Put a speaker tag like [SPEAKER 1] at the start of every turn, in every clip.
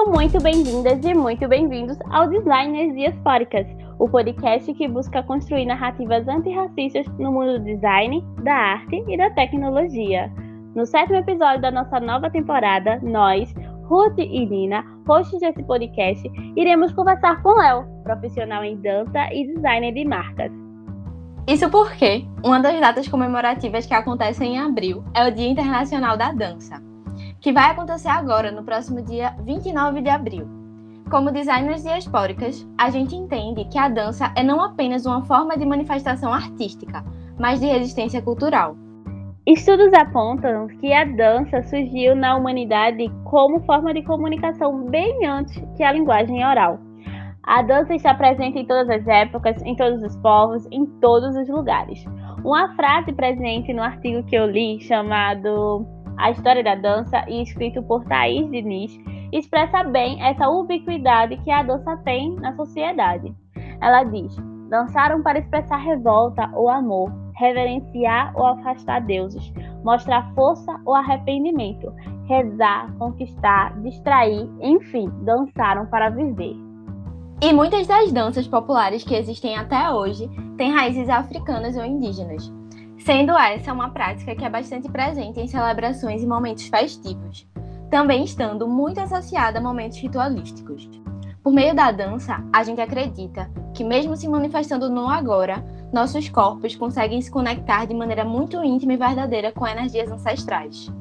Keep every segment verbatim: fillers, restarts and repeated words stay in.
[SPEAKER 1] Sejam muito bem-vindas e muito bem-vindos ao Designers Diaspóricas, o podcast que busca construir narrativas antirracistas no mundo do design, da arte e da tecnologia. No sétimo episódio da nossa nova temporada, nós, Ruth e Nina, hosts desse podcast, iremos conversar com Léo, profissional em dança e designer de marcas.
[SPEAKER 2] Isso porque uma das datas comemorativas que acontecem em abril é o Dia Internacional da Dança, que vai acontecer agora, no próximo dia vinte e nove de abril. Como designers diaspóricas, a gente entende que a dança é não apenas uma forma de manifestação artística, mas de resistência cultural.
[SPEAKER 1] Estudos apontam que a dança surgiu na humanidade como forma de comunicação bem antes que a linguagem oral. A dança está presente em todas as épocas, em todos os povos, em todos os lugares. Uma frase presente no artigo que eu li, chamado A História da Dança, e escrito por Thaís Diniz, expressa bem essa ubiquidade que a dança tem na sociedade. Ela diz: dançaram para expressar revolta ou amor, reverenciar ou afastar deuses, mostrar força ou arrependimento, rezar, conquistar, distrair, enfim, dançaram para viver.
[SPEAKER 2] E muitas das danças populares que existem até hoje têm raízes africanas ou indígenas, sendo essa uma prática que é bastante presente em celebrações e momentos festivos, também estando muito associada a momentos ritualísticos. Por meio da dança, a gente acredita que, mesmo se manifestando no agora, nossos corpos conseguem se conectar de maneira muito íntima e verdadeira com energias ancestrais.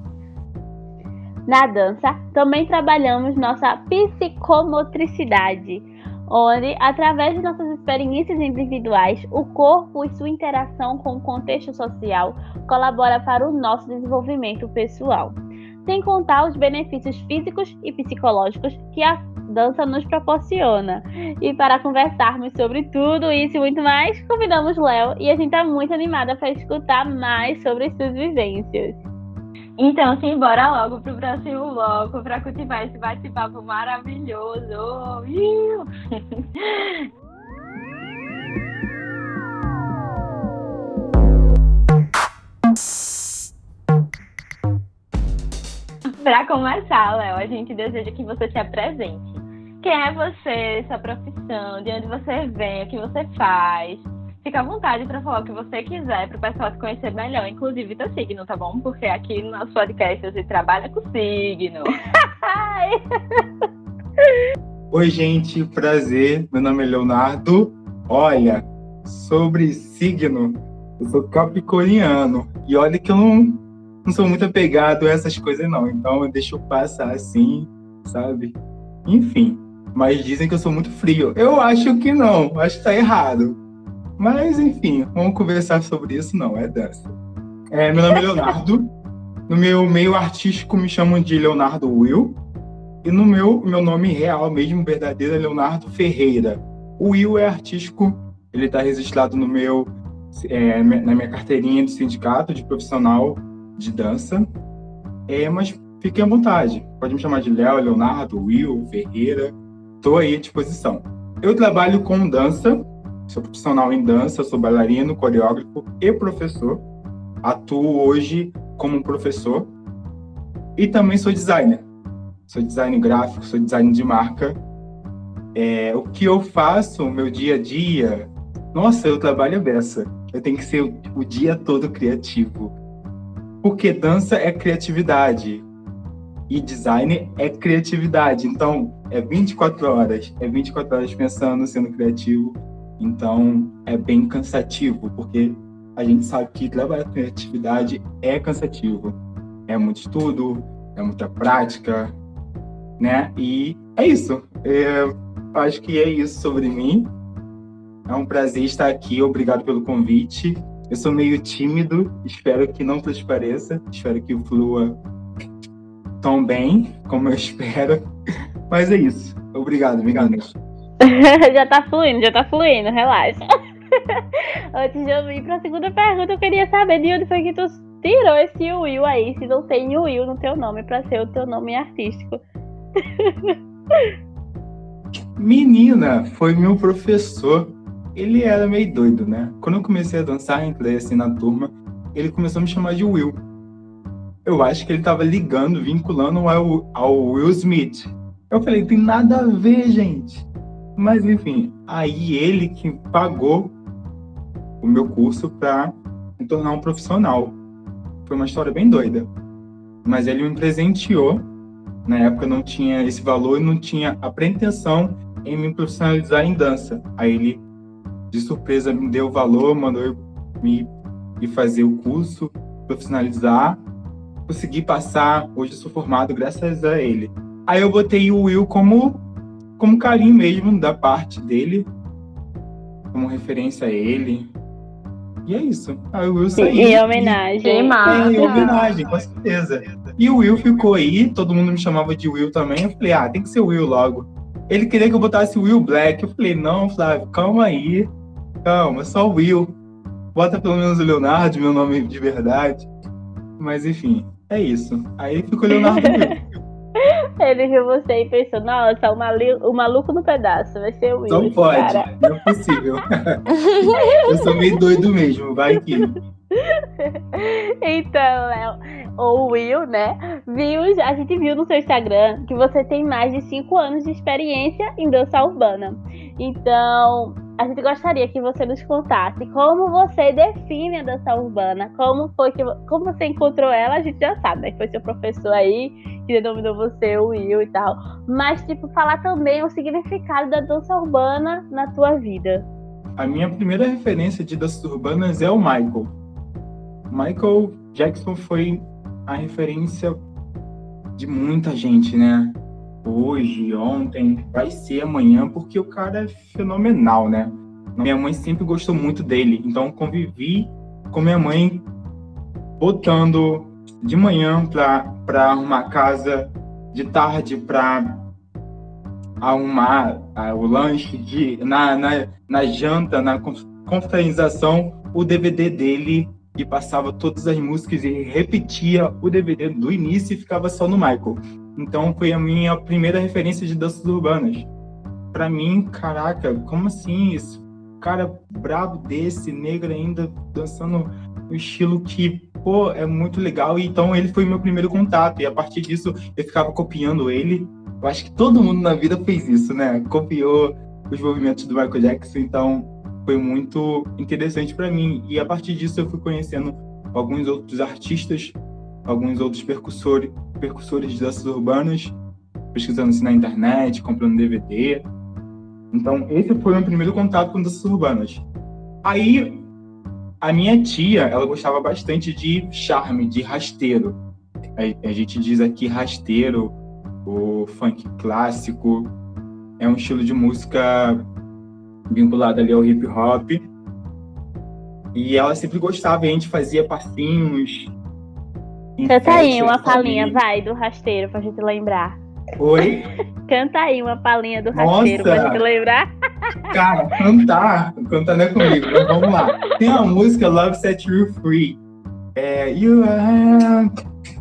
[SPEAKER 1] Na dança, também trabalhamos nossa psicomotricidade, onde, através de nossas experiências individuais, o corpo e sua interação com o contexto social colabora para o nosso desenvolvimento pessoal, sem contar os benefícios físicos e psicológicos que a dança nos proporciona. E para conversarmos sobre tudo isso e muito mais, convidamos Léo, e a gente está muito animada para escutar mais sobre as suas vivências.
[SPEAKER 2] Então, sim, bora logo pro próximo bloco para cultivar esse bate-papo maravilhoso. Para começar, Léo, a gente deseja que você se apresente. Quem é você, sua profissão, de onde você vem, o que você faz? Fica à vontade para falar o que você quiser, para o pessoal te conhecer melhor, inclusive teu signo, tá bom? Porque aqui no nosso podcast a gente trabalha com signo.
[SPEAKER 3] Oi, gente, prazer. Meu nome é Leonardo. Olha, sobre signo, eu sou capricorniano. E olha que eu não, não sou muito apegado a essas coisas, não. Então eu deixo passar assim, sabe? Enfim, mas dizem que eu sou muito frio. Eu acho que não, acho que tá errado. Mas, enfim, vamos conversar sobre isso, não, é dança. É, meu nome é Leonardo, no meu meio artístico me chamam de Leonardo Will, e no meu, meu nome real mesmo, verdadeiro, é Leonardo Ferreira. O Will é artístico, ele está registrado no meu, é, na minha carteirinha de sindicato de profissional de dança, é, mas fiquem à vontade, pode me chamar de Léo, Leonardo, Will, Ferreira, estou aí à disposição. Eu trabalho com dança, sou profissional em dança, sou bailarino, coreógrafo e professor. Atuo hoje como professor e também sou designer. Sou designer gráfico, sou designer de marca. É, o que eu faço, o meu dia a dia... Nossa, eu trabalho a beça. Eu tenho que ser o, o dia todo criativo. Porque dança é criatividade. E design é criatividade. Então, é vinte e quatro horas. É vinte e quatro horas pensando, sendo criativo. Então, é bem cansativo, porque a gente sabe que trabalhar com criatividade é cansativo. É muito estudo, é muita prática, né? E é isso. É, acho que é isso sobre mim. É um prazer estar aqui. Obrigado pelo convite. Eu sou meio tímido, espero que não transpareça. Espero que flua tão bem, como eu espero. Mas é isso. Obrigado, obrigado.
[SPEAKER 1] já tá fluindo, já tá fluindo, relaxa. Antes de eu ir pra segunda pergunta, eu queria saber de onde foi que tu tirou esse Will aí, se não tem Will no teu nome, pra ser o teu nome artístico.
[SPEAKER 3] Menina, foi meu professor. Ele era meio doido, né? Quando eu comecei a dançar, entrei assim na turma, ele começou a me chamar de Will. Eu acho que ele tava ligando, vinculando ao, ao Will Smith. Eu falei, tem nada a ver, gente. Mas enfim, aí ele que pagou o meu curso para me tornar um profissional. Foi uma história bem doida. Mas ele me presenteou. Na época não tinha esse valor e não tinha a pretensão em me profissionalizar em dança. Aí ele, de surpresa, me deu o valor, mandou eu me ir fazer o curso, profissionalizar. Consegui passar, hoje eu sou formado graças a ele. Aí eu botei o Will como, como carinho mesmo da parte dele, como referência a ele. E é isso. Aí o Will saiu.
[SPEAKER 1] Em homenagem.
[SPEAKER 2] Que massa.
[SPEAKER 3] É, em homenagem, com certeza. E o Will ficou aí, todo mundo me chamava de Will também. Eu falei, ah, tem que ser o Will logo. Ele queria que eu botasse o Will Black. Eu falei, não, Flávio, calma aí. Calma, só o Will. Bota pelo menos o Leonardo, meu nome de verdade. Mas enfim, é isso. Aí ficou o Leonardo Will.
[SPEAKER 1] Ele viu você e pensou, nossa, o, mali- o maluco no pedaço, vai ser o Will.
[SPEAKER 3] Não
[SPEAKER 1] esse
[SPEAKER 3] pode,
[SPEAKER 1] cara.
[SPEAKER 3] não é possível. Eu sou meio doido mesmo, vai que.
[SPEAKER 1] Então, Léo, ou Will, né? Viu, a gente viu no seu Instagram que você tem mais de cinco anos de experiência em dança urbana. Então, a gente gostaria que você nos contasse como você define a dança urbana, como foi que como você encontrou ela, a gente já sabe, né? Que foi seu professor aí que denominou você o Will e tal. Mas, tipo, falar também o significado da dança urbana na tua vida.
[SPEAKER 3] A minha primeira referência de danças urbanas é o Michael. Michael Jackson foi a referência de muita gente, né? Hoje, ontem, vai ser amanhã, porque o cara é fenomenal, né? Minha mãe sempre gostou muito dele, então convivi com minha mãe botando de manhã para arrumar a casa, de tarde para arrumar ah, o lanche, de, na, na, na janta, na confraternização, o D V D dele, que passava todas as músicas e repetia o D V D do início e ficava só no Michael. Então foi a minha primeira referência de danças urbanas. Pra mim, caraca, como assim isso? Cara brabo desse, negro ainda, dançando um estilo que, pô, é muito legal. E então ele foi meu primeiro contato. E a partir disso, eu ficava copiando ele. Eu acho que todo mundo na vida fez isso, né? Copiou os movimentos do Michael Jackson. Então foi muito interessante pra mim. E a partir disso, eu fui conhecendo alguns outros artistas, alguns outros percussores, percussores de danças urbanas, pesquisando assim na internet, comprando D V D. Então, esse foi o meu primeiro contato com danças urbanas. Aí, a minha tia, ela gostava bastante de charme, de rasteiro. A, a gente diz aqui rasteiro, o funk clássico. É um estilo de música vinculado ali ao hip hop. E ela sempre gostava, e a gente fazia passinhos.
[SPEAKER 1] Canta aí uma palhinha, vai, do rasteiro, pra gente lembrar.
[SPEAKER 3] Oi?
[SPEAKER 1] Canta aí uma palhinha do rasteiro pra gente lembrar.
[SPEAKER 3] Cara, cantar, cantar não é comigo, mas vamos lá. Tem a música Love Set You Free. É, you are...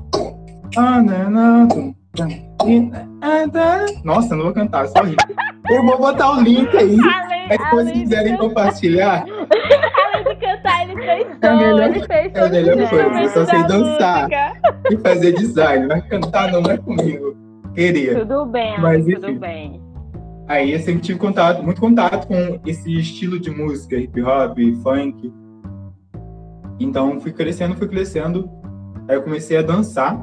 [SPEAKER 3] Nossa, não vou cantar, só rir. Eu vou botar o link aí. Além, mas se vocês quiserem de... compartilhar.
[SPEAKER 1] Além de cantar, ele fez
[SPEAKER 3] é a melhor,
[SPEAKER 1] ele fez
[SPEAKER 3] é a melhor coisa. Eu só sei dançar
[SPEAKER 1] música.
[SPEAKER 3] E fazer design, mas cantar não é comigo. Queria.
[SPEAKER 1] Tudo bem,
[SPEAKER 3] mas,
[SPEAKER 1] Alex,
[SPEAKER 3] enfim.
[SPEAKER 1] tudo bem.
[SPEAKER 3] Aí eu sempre tive contato, muito contato com esse estilo de música, hip hop, funk. Então fui crescendo, fui crescendo. Aí eu comecei a dançar.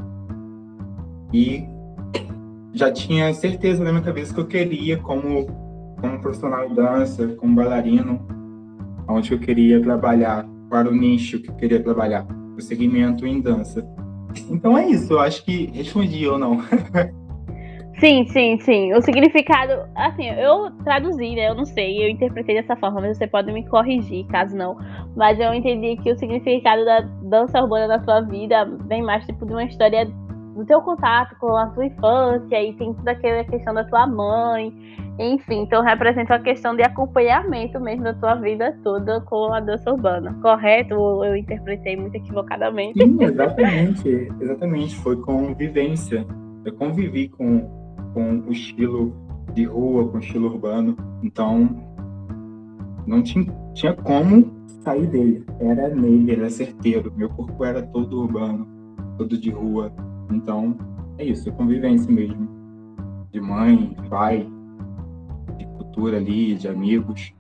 [SPEAKER 3] E já tinha certeza na minha cabeça que eu queria, como, como profissional de dança, como bailarino, onde eu queria trabalhar, para o nicho que eu queria trabalhar, o segmento em dança. Então é isso, eu acho que respondi ou não.
[SPEAKER 1] Sim, sim, sim. O significado, assim, eu traduzi, né? Eu não sei, eu interpretei dessa forma, mas você pode me corrigir, caso não. Mas eu entendi que o significado da dança urbana na sua vida vem mais tipo de uma história do teu contato com a tua infância, e tem toda aquela questão da tua mãe, enfim, então representa uma questão de acompanhamento mesmo da tua vida toda com a dança urbana, correto? Ou eu interpretei muito equivocadamente?
[SPEAKER 3] Sim, exatamente, exatamente, foi convivência, eu convivi com, com o estilo de rua, com o estilo urbano, então não tinha, tinha como sair dele, era nele, era certeiro, meu corpo era todo urbano, todo de rua. Então, é isso, é convivência mesmo. de mãe, de pai, de cultura ali, de amigos.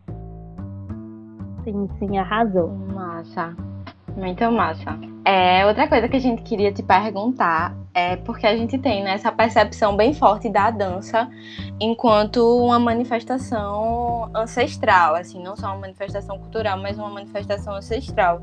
[SPEAKER 1] Sim, sim, arrasou.
[SPEAKER 2] Massa. Muito massa. É, outra coisa que a gente queria te perguntar é porque a gente tem, né, essa percepção bem forte da dança enquanto uma manifestação ancestral, assim, não só uma manifestação cultural, mas uma manifestação ancestral.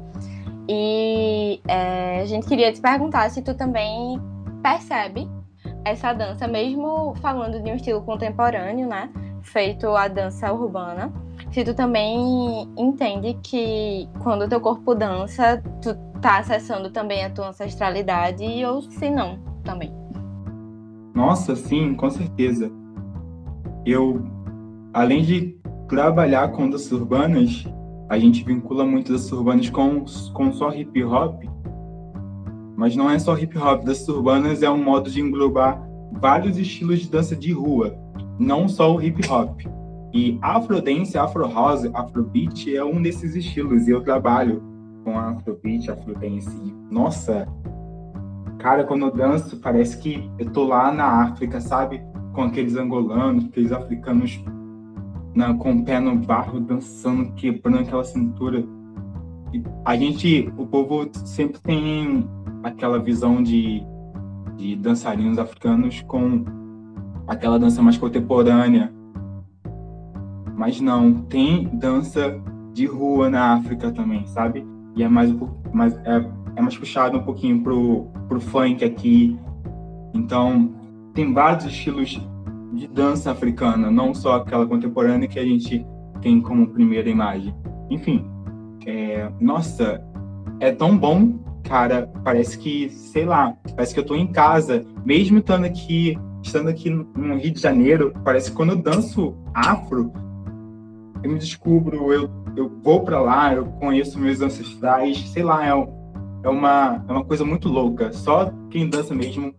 [SPEAKER 2] E é, a gente queria te perguntar se tu também percebe essa dança, mesmo falando de um estilo contemporâneo, né, feito a dança urbana, se tu também entende que quando o teu corpo dança, tu tá acessando também a tua ancestralidade, ou se não, também.
[SPEAKER 3] Nossa, sim, com certeza. Eu, além de trabalhar com danças urbanas, a gente vincula muito danças urbanas com, com só hip hop, mas não é só hip hop. Danças urbanas é um modo de englobar vários estilos de dança de rua, não só o hip hop. E afrodance, afro house, afrobeat é um desses estilos, e eu trabalho com afrobeat, afrodance. Nossa, cara, quando eu danço, parece que eu tô lá na África, sabe? Com aqueles angolanos, aqueles africanos na, com o pé no barro, dançando, quebrando aquela cintura. E a gente, o povo sempre tem aquela visão de, de dançarinos africanos com aquela dança mais contemporânea. Mas não, tem dança de rua na África também, sabe? E é mais, mais, é, é mais puxado um pouquinho pro, pro funk aqui. Então, tem vários estilos de dança africana, não só aquela contemporânea que a gente tem como primeira imagem. Enfim, é, nossa, é tão bom, cara, parece que, sei lá, parece que eu tô em casa, mesmo estando aqui, estando aqui no Rio de Janeiro, parece que quando eu danço afro, eu me descubro, eu, eu vou para lá, eu conheço meus ancestrais, sei lá, é, é, uma, é uma coisa muito louca. Só quem dança mesmo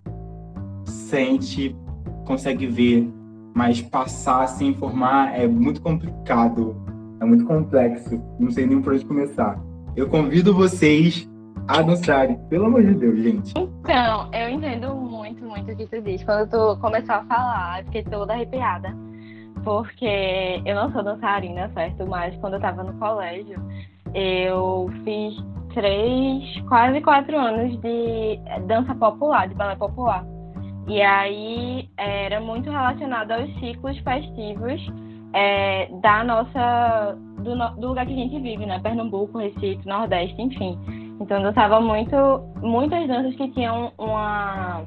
[SPEAKER 3] sente, consegue ver, mas passar sem informar é muito complicado, é muito complexo, não sei nem por onde começar. Eu convido vocês a dançarem, pelo amor de Deus, gente.
[SPEAKER 2] Então, eu entendo muito, muito o que tu diz. Quando tu começou a falar, eu fiquei toda arrepiada. Porque eu não sou dançarina, certo? Mas quando eu tava no colégio, eu fiz três, quase quatro anos de dança popular, de balé popular. E aí era muito relacionado aos ciclos festivos é, da nossa, do, do lugar que a gente vive, né? Pernambuco, Recife, Nordeste, enfim. Então eu dançava muito, muitas danças que tinham uma...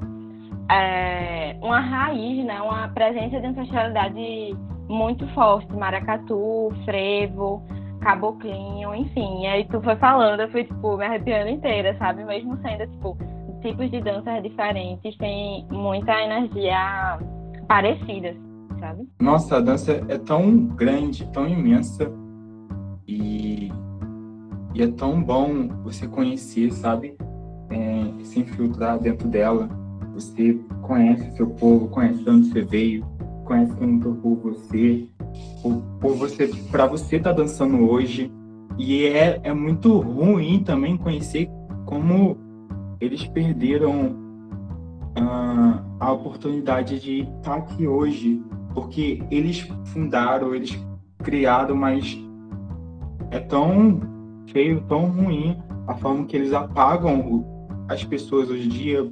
[SPEAKER 2] É, uma raiz, né, uma presença de ancestralidade muito forte, maracatu, frevo, caboclinho, enfim. E aí tu foi falando, eu fui, tipo, me arrepiando inteira, sabe? Mesmo sendo, tipo, tipos de danças diferentes, tem muita energia parecida, sabe?
[SPEAKER 3] Nossa, a dança é tão grande, tão imensa, e, e é tão bom você conhecer, sabe? É, se infiltrar dentro dela. Você conhece seu povo, conhece de onde você veio, conhece quem lutou por você, por, por você, para você estar tá dançando hoje. E é, é muito ruim também conhecer como eles perderam uh, a oportunidade de estar tá aqui hoje, porque eles fundaram, eles criaram, mas é tão feio, tão ruim a forma que eles apagam as pessoas hoje em dia.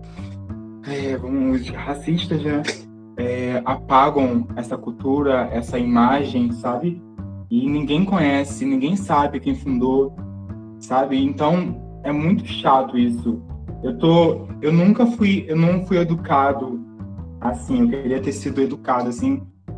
[SPEAKER 3] É, os racistas, né, é, apagam essa cultura, essa imagem, sabe? E ninguém conhece, ninguém sabe quem fundou, sabe? Então é muito chato isso. Eu tô, eu nunca fui, eu não fui educado assim. Eu queria ter sido educado assim,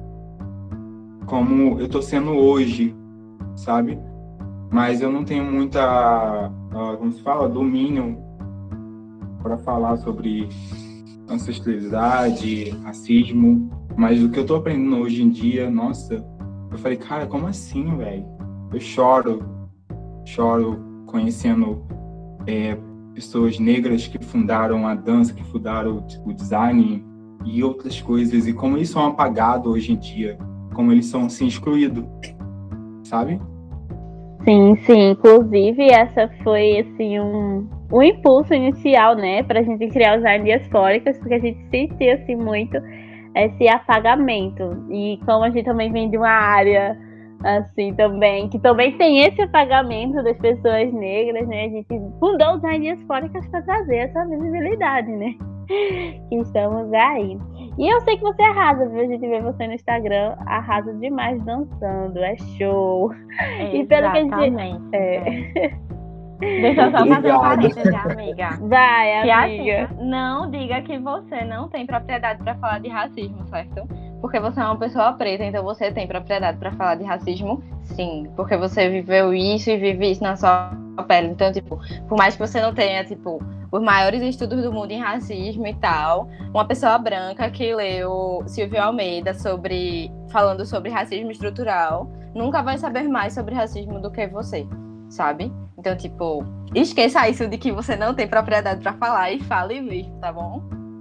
[SPEAKER 3] como eu tô sendo hoje, sabe? Mas eu não tenho muita, como se fala, domínio para falar sobre ancestralidade, racismo, mas o que eu tô aprendendo hoje em dia, nossa, eu falei, cara, como assim, velho? Eu choro, choro conhecendo é, pessoas negras que fundaram a dança, que fundaram o design e outras coisas, e como eles são apagados hoje em dia, como eles são, assim, excluídos, sabe?
[SPEAKER 1] Sim, sim, inclusive essa foi, assim, um... o impulso inicial, né, pra gente criar os Artes Diaspóricas, porque a gente sentia, assim, muito esse apagamento. E como a gente também vem de uma área assim também, que também tem esse apagamento das pessoas negras, né? A gente fundou os Rainhas Fóricas para trazer essa visibilidade, né? Que estamos aí. E eu sei que você arrasa, viu? A gente vê você no Instagram, arrasa demais dançando, é show.
[SPEAKER 2] Exatamente.
[SPEAKER 1] E pelo que a gente...
[SPEAKER 2] É. Deixa eu só fazer um parêntese, amiga.
[SPEAKER 1] Vai,
[SPEAKER 2] que
[SPEAKER 1] amiga.
[SPEAKER 2] Assim, não diga que você não tem propriedade para falar de racismo, certo? Porque você é uma pessoa preta, então você tem propriedade para falar de racismo, sim. Porque você viveu isso e vive isso na sua pele. Então, tipo, por mais que você não tenha, tipo, os maiores estudos do mundo em racismo e tal, uma pessoa branca que leu Silvio Almeida sobre, falando sobre racismo estrutural, nunca vai saber mais sobre racismo do que você, sabe? Então, tipo, esqueça isso de que você não tem propriedade pra falar e fale mesmo, tá bom?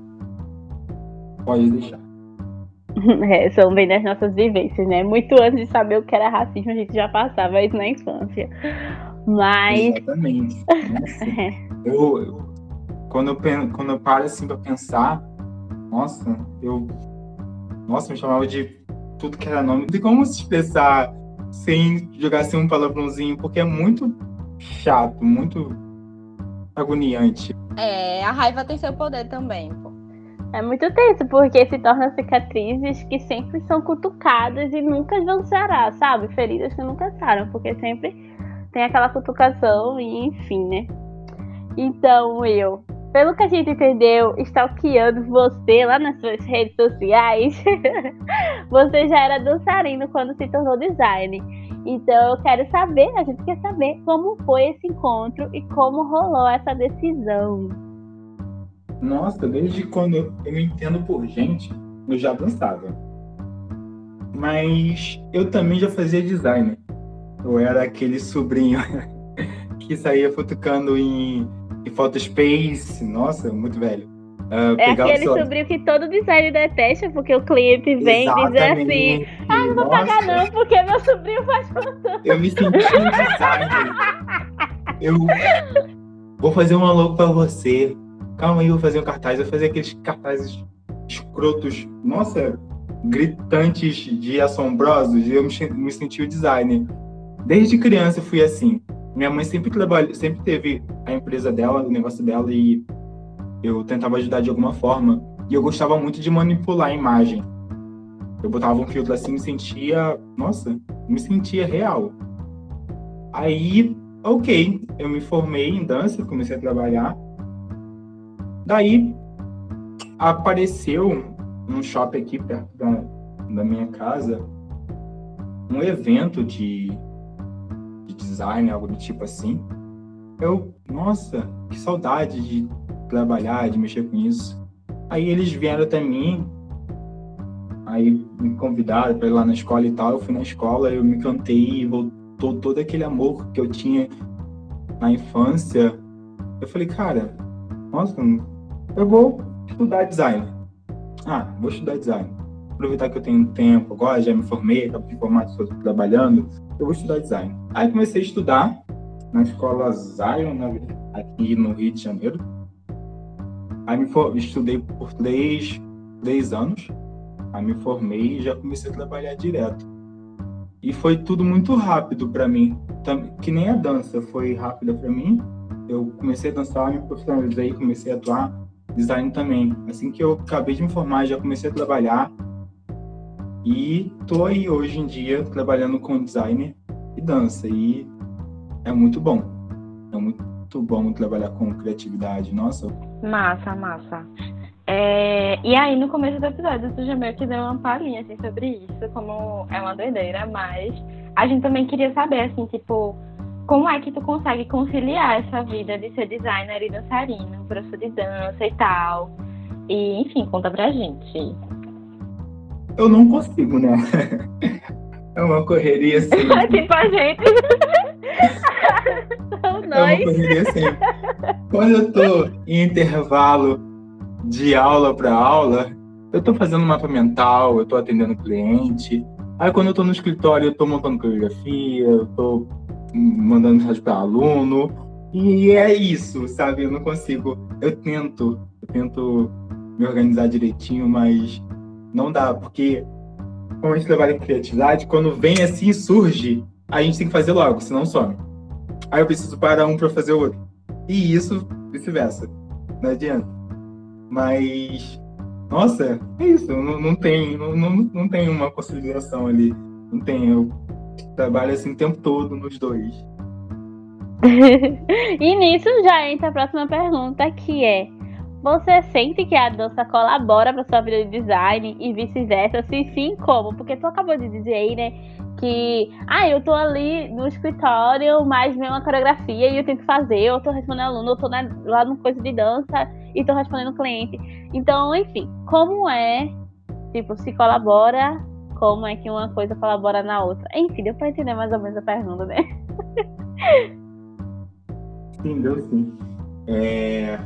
[SPEAKER 3] Pode deixar.
[SPEAKER 1] É, são bem das nossas vivências, né? Muito antes de saber o que era racismo, a gente já passava isso na infância. Mas...
[SPEAKER 3] Exatamente. Nossa, eu, eu, quando, eu, pen- quando eu paro assim pra pensar, nossa, eu... Nossa, me chamava de tudo que era nome. Não tem como se expressar sem jogar assim um palavrãozinho, porque é muito chato, muito agoniante.
[SPEAKER 2] É, a raiva tem seu poder também, pô.
[SPEAKER 1] É muito tenso, porque se tornam cicatrizes que sempre são cutucadas e nunca vão sarar, sabe? Feridas que nunca saram, porque sempre tem aquela cutucação e enfim, né? Então, eu, pelo que a gente entendeu, stalkeando você lá nas suas redes sociais, você já era dançarino quando se tornou designer. Então, eu quero saber, a gente quer saber como foi esse encontro e como rolou essa decisão.
[SPEAKER 3] Nossa, desde quando eu me entendo por gente, eu já dançava. Mas eu também já fazia design. Eu era aquele sobrinho que saía futucando em, em Photospace. Nossa, muito velho. Uh,
[SPEAKER 1] É
[SPEAKER 3] pegava
[SPEAKER 1] aquele
[SPEAKER 3] só...
[SPEAKER 1] sobrinho que todo designer detesta, porque o cliente vem e diz assim: ah, não vou
[SPEAKER 3] Nossa,
[SPEAKER 1] pagar não, porque meu sobrinho faz foto.
[SPEAKER 3] eu me senti um designer. Eu vou fazer um logo pra você. Calma aí, eu vou fazer um cartaz. Eu vou fazer aqueles cartazes escrotos, nossa, gritantes de assombrosos. E eu me, me senti o designer. Desde criança eu fui assim. Minha mãe sempre trabalhou, sempre teve a empresa dela, o negócio dela, e eu tentava ajudar de alguma forma. E eu gostava muito de manipular a imagem. Eu botava um filtro assim e me sentia, nossa, me sentia real. Aí, ok, eu me formei em dança, comecei a trabalhar. Daí, apareceu num shopping aqui perto da, da minha casa um evento de, de design, algo do tipo assim. Eu, nossa, que saudade de trabalhar, de mexer com isso. Aí eles vieram até mim, aí me convidaram para ir lá na escola e tal. Eu fui na escola, eu me encantei e voltou todo aquele amor que eu tinha na infância. Eu falei, cara, nossa, eu vou estudar design. Ah, vou estudar design. Aproveitar que eu tenho tempo agora, já me formei, acabei de formar, estou trabalhando, eu vou estudar design. Aí comecei a estudar na escola Zion, aqui no Rio de Janeiro. Aí me for, estudei por três, três anos. Aí me formei e já comecei a trabalhar direto. E foi tudo muito rápido para mim. Que nem a dança foi rápida para mim. Eu comecei a dançar, me profissionalizei, comecei a atuar. Design também. Assim que eu acabei de me formar, já comecei a trabalhar. E tô aí hoje em dia trabalhando com design e dança. E é muito bom. É muito bom trabalhar com criatividade. Nossa.
[SPEAKER 2] Massa, massa. É, e aí, no começo do episódio, tu já meio que deu uma palhinha, assim, sobre isso, como é uma doideira, mas a gente também queria saber, assim, tipo, como é que tu consegue conciliar essa vida de ser designer e dançarino, professor de dança e tal? E, enfim, conta pra gente.
[SPEAKER 3] Eu não consigo, né? É uma correria assim.
[SPEAKER 2] Tipo a gente.
[SPEAKER 1] São
[SPEAKER 3] É
[SPEAKER 1] nós.
[SPEAKER 3] uma correria assim. Quando eu tô em intervalo de aula para aula, eu tô fazendo mapa mental, eu tô atendendo cliente. Aí quando eu tô no escritório, eu tô montando coreografia, eu tô mandando mensagem para aluno. E é isso, sabe? Eu não consigo. Eu tento, eu tento me organizar direitinho, mas não dá, porque como a gente trabalha em criatividade, quando vem assim, surge, a gente tem que fazer logo, senão some. Aí eu preciso parar um para fazer o outro. E isso, vice-versa. Não adianta. Mas, nossa, é isso. Não, não, tem, não, não, não tem uma conciliação ali. Não tem. Eu trabalho assim o tempo todo nos dois.
[SPEAKER 1] E nisso já entra a próxima pergunta, que é: você sente que a dança colabora para sua vida de design e vice-versa? Se sim, como? Porque tu acabou de dizer aí, né, que ah, eu tô ali no escritório, mas vem uma coreografia e eu tenho que fazer, eu tô respondendo aluno, eu tô na, lá no coisa de dança e tô respondendo cliente. Então, enfim, como é, tipo, se colabora, como é que uma coisa colabora na outra? Enfim, deu pra entender mais ou menos a pergunta, né?
[SPEAKER 3] Sim, deu sim. É...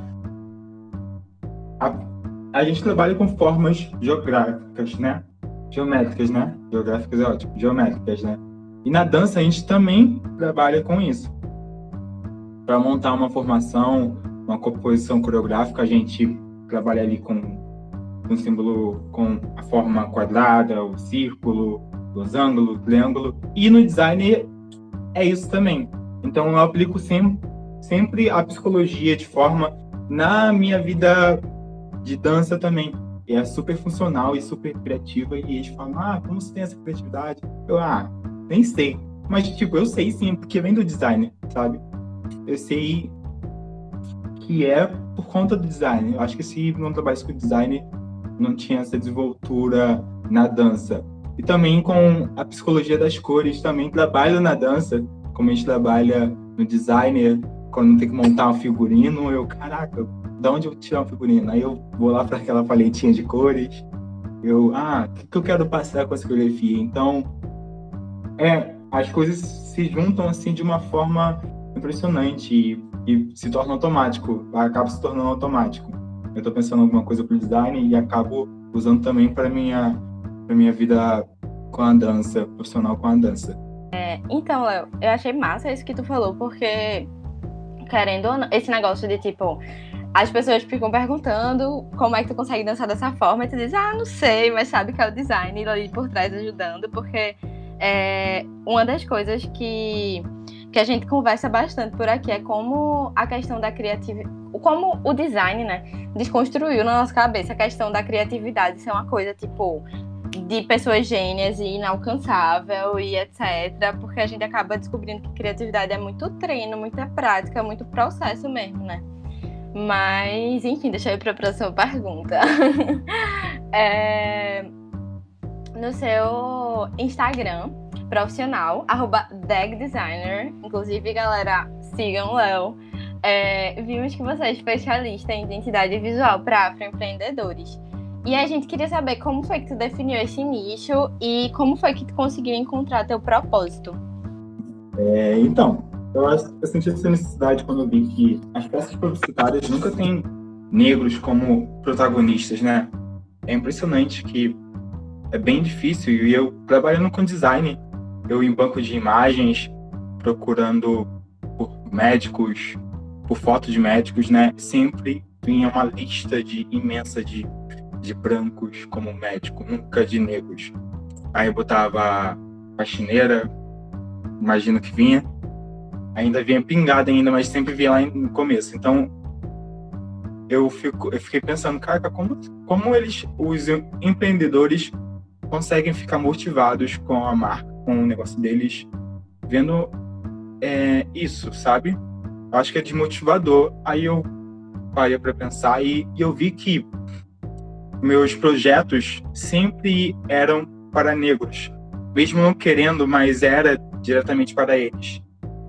[SPEAKER 3] A, a gente trabalha com formas geográficas, né? Geométricas, né? Geográficas é ótimo. Geométricas, né? E na dança a gente também trabalha com isso. Para montar uma formação, uma composição coreográfica, a gente trabalha ali com um símbolo, com a forma quadrada, o círculo, losango, o triângulo. E no design é isso também. Então eu aplico sempre, sempre a psicologia de forma na minha vida de dança também. E é super funcional e super criativa. E eles falam, ah, como você tem essa criatividade? Eu, ah, nem sei. Mas, tipo, eu sei sim, porque vem do design, sabe? Eu sei que é por conta do design. Eu acho que se não trabalhasse com design, não tinha essa desenvoltura na dança. E também com a psicologia das cores, também trabalho na dança, como a gente trabalha no design, quando tem que montar um figurino, eu, caraca, de onde eu tirar um figurino? Aí eu vou lá para aquela paletinha de cores, eu, ah, o que, que eu quero passar com essa coreografia? Então, é, as coisas se juntam assim de uma forma impressionante e, e se torna automático, acaba se tornando automático. Eu estou pensando em alguma coisa para o design e acabo usando também para minha para minha vida com a dança, profissional com a dança.
[SPEAKER 2] É, então, Léo, eu achei massa isso que tu falou, porque querendo ou não, esse negócio de tipo, as pessoas ficam perguntando como é que tu consegue dançar dessa forma, e tu diz, ah, não sei, mas sabe que é o design ali por trás ajudando, porque é, uma das coisas que, que a gente conversa bastante por aqui é como a questão da criatividade, como o design, né, desconstruiu na nossa cabeça a questão da criatividade ser uma coisa, tipo, de pessoas gênias e inalcançável e etcétera, porque a gente acaba descobrindo que criatividade é muito treino, muita prática, muito processo mesmo, né? Mas, enfim, deixa eu ir para a próxima pergunta. É, no seu Instagram profissional, arroba degdesigner, inclusive, galera, sigam o Léo. É, vimos que você é especialista em identidade visual para afroempreendedores. E a gente queria saber como foi que tu definiu esse nicho e como foi que tu conseguiu encontrar teu propósito.
[SPEAKER 3] É, então, eu, eu senti essa necessidade quando eu vi que as peças publicitárias nunca têm negros como protagonistas, né? É impressionante que é bem difícil. E eu, trabalhando com design, eu em banco de imagens, procurando por médicos, por fotos de médicos, né? Sempre vinha uma lista de imensa de de brancos como médico, nunca de negros. Aí eu botava faxineira, imagino que vinha, ainda vinha pingada ainda, mas sempre vinha lá no começo. Então eu, fico, eu fiquei pensando, cara, como, como eles, os empreendedores conseguem ficar motivados com a marca, com o negócio deles, vendo é, isso, sabe? Eu acho que é desmotivador. Aí eu parei para pensar e, e eu vi que meus projetos sempre eram para negros, mesmo não querendo, mas era diretamente para eles.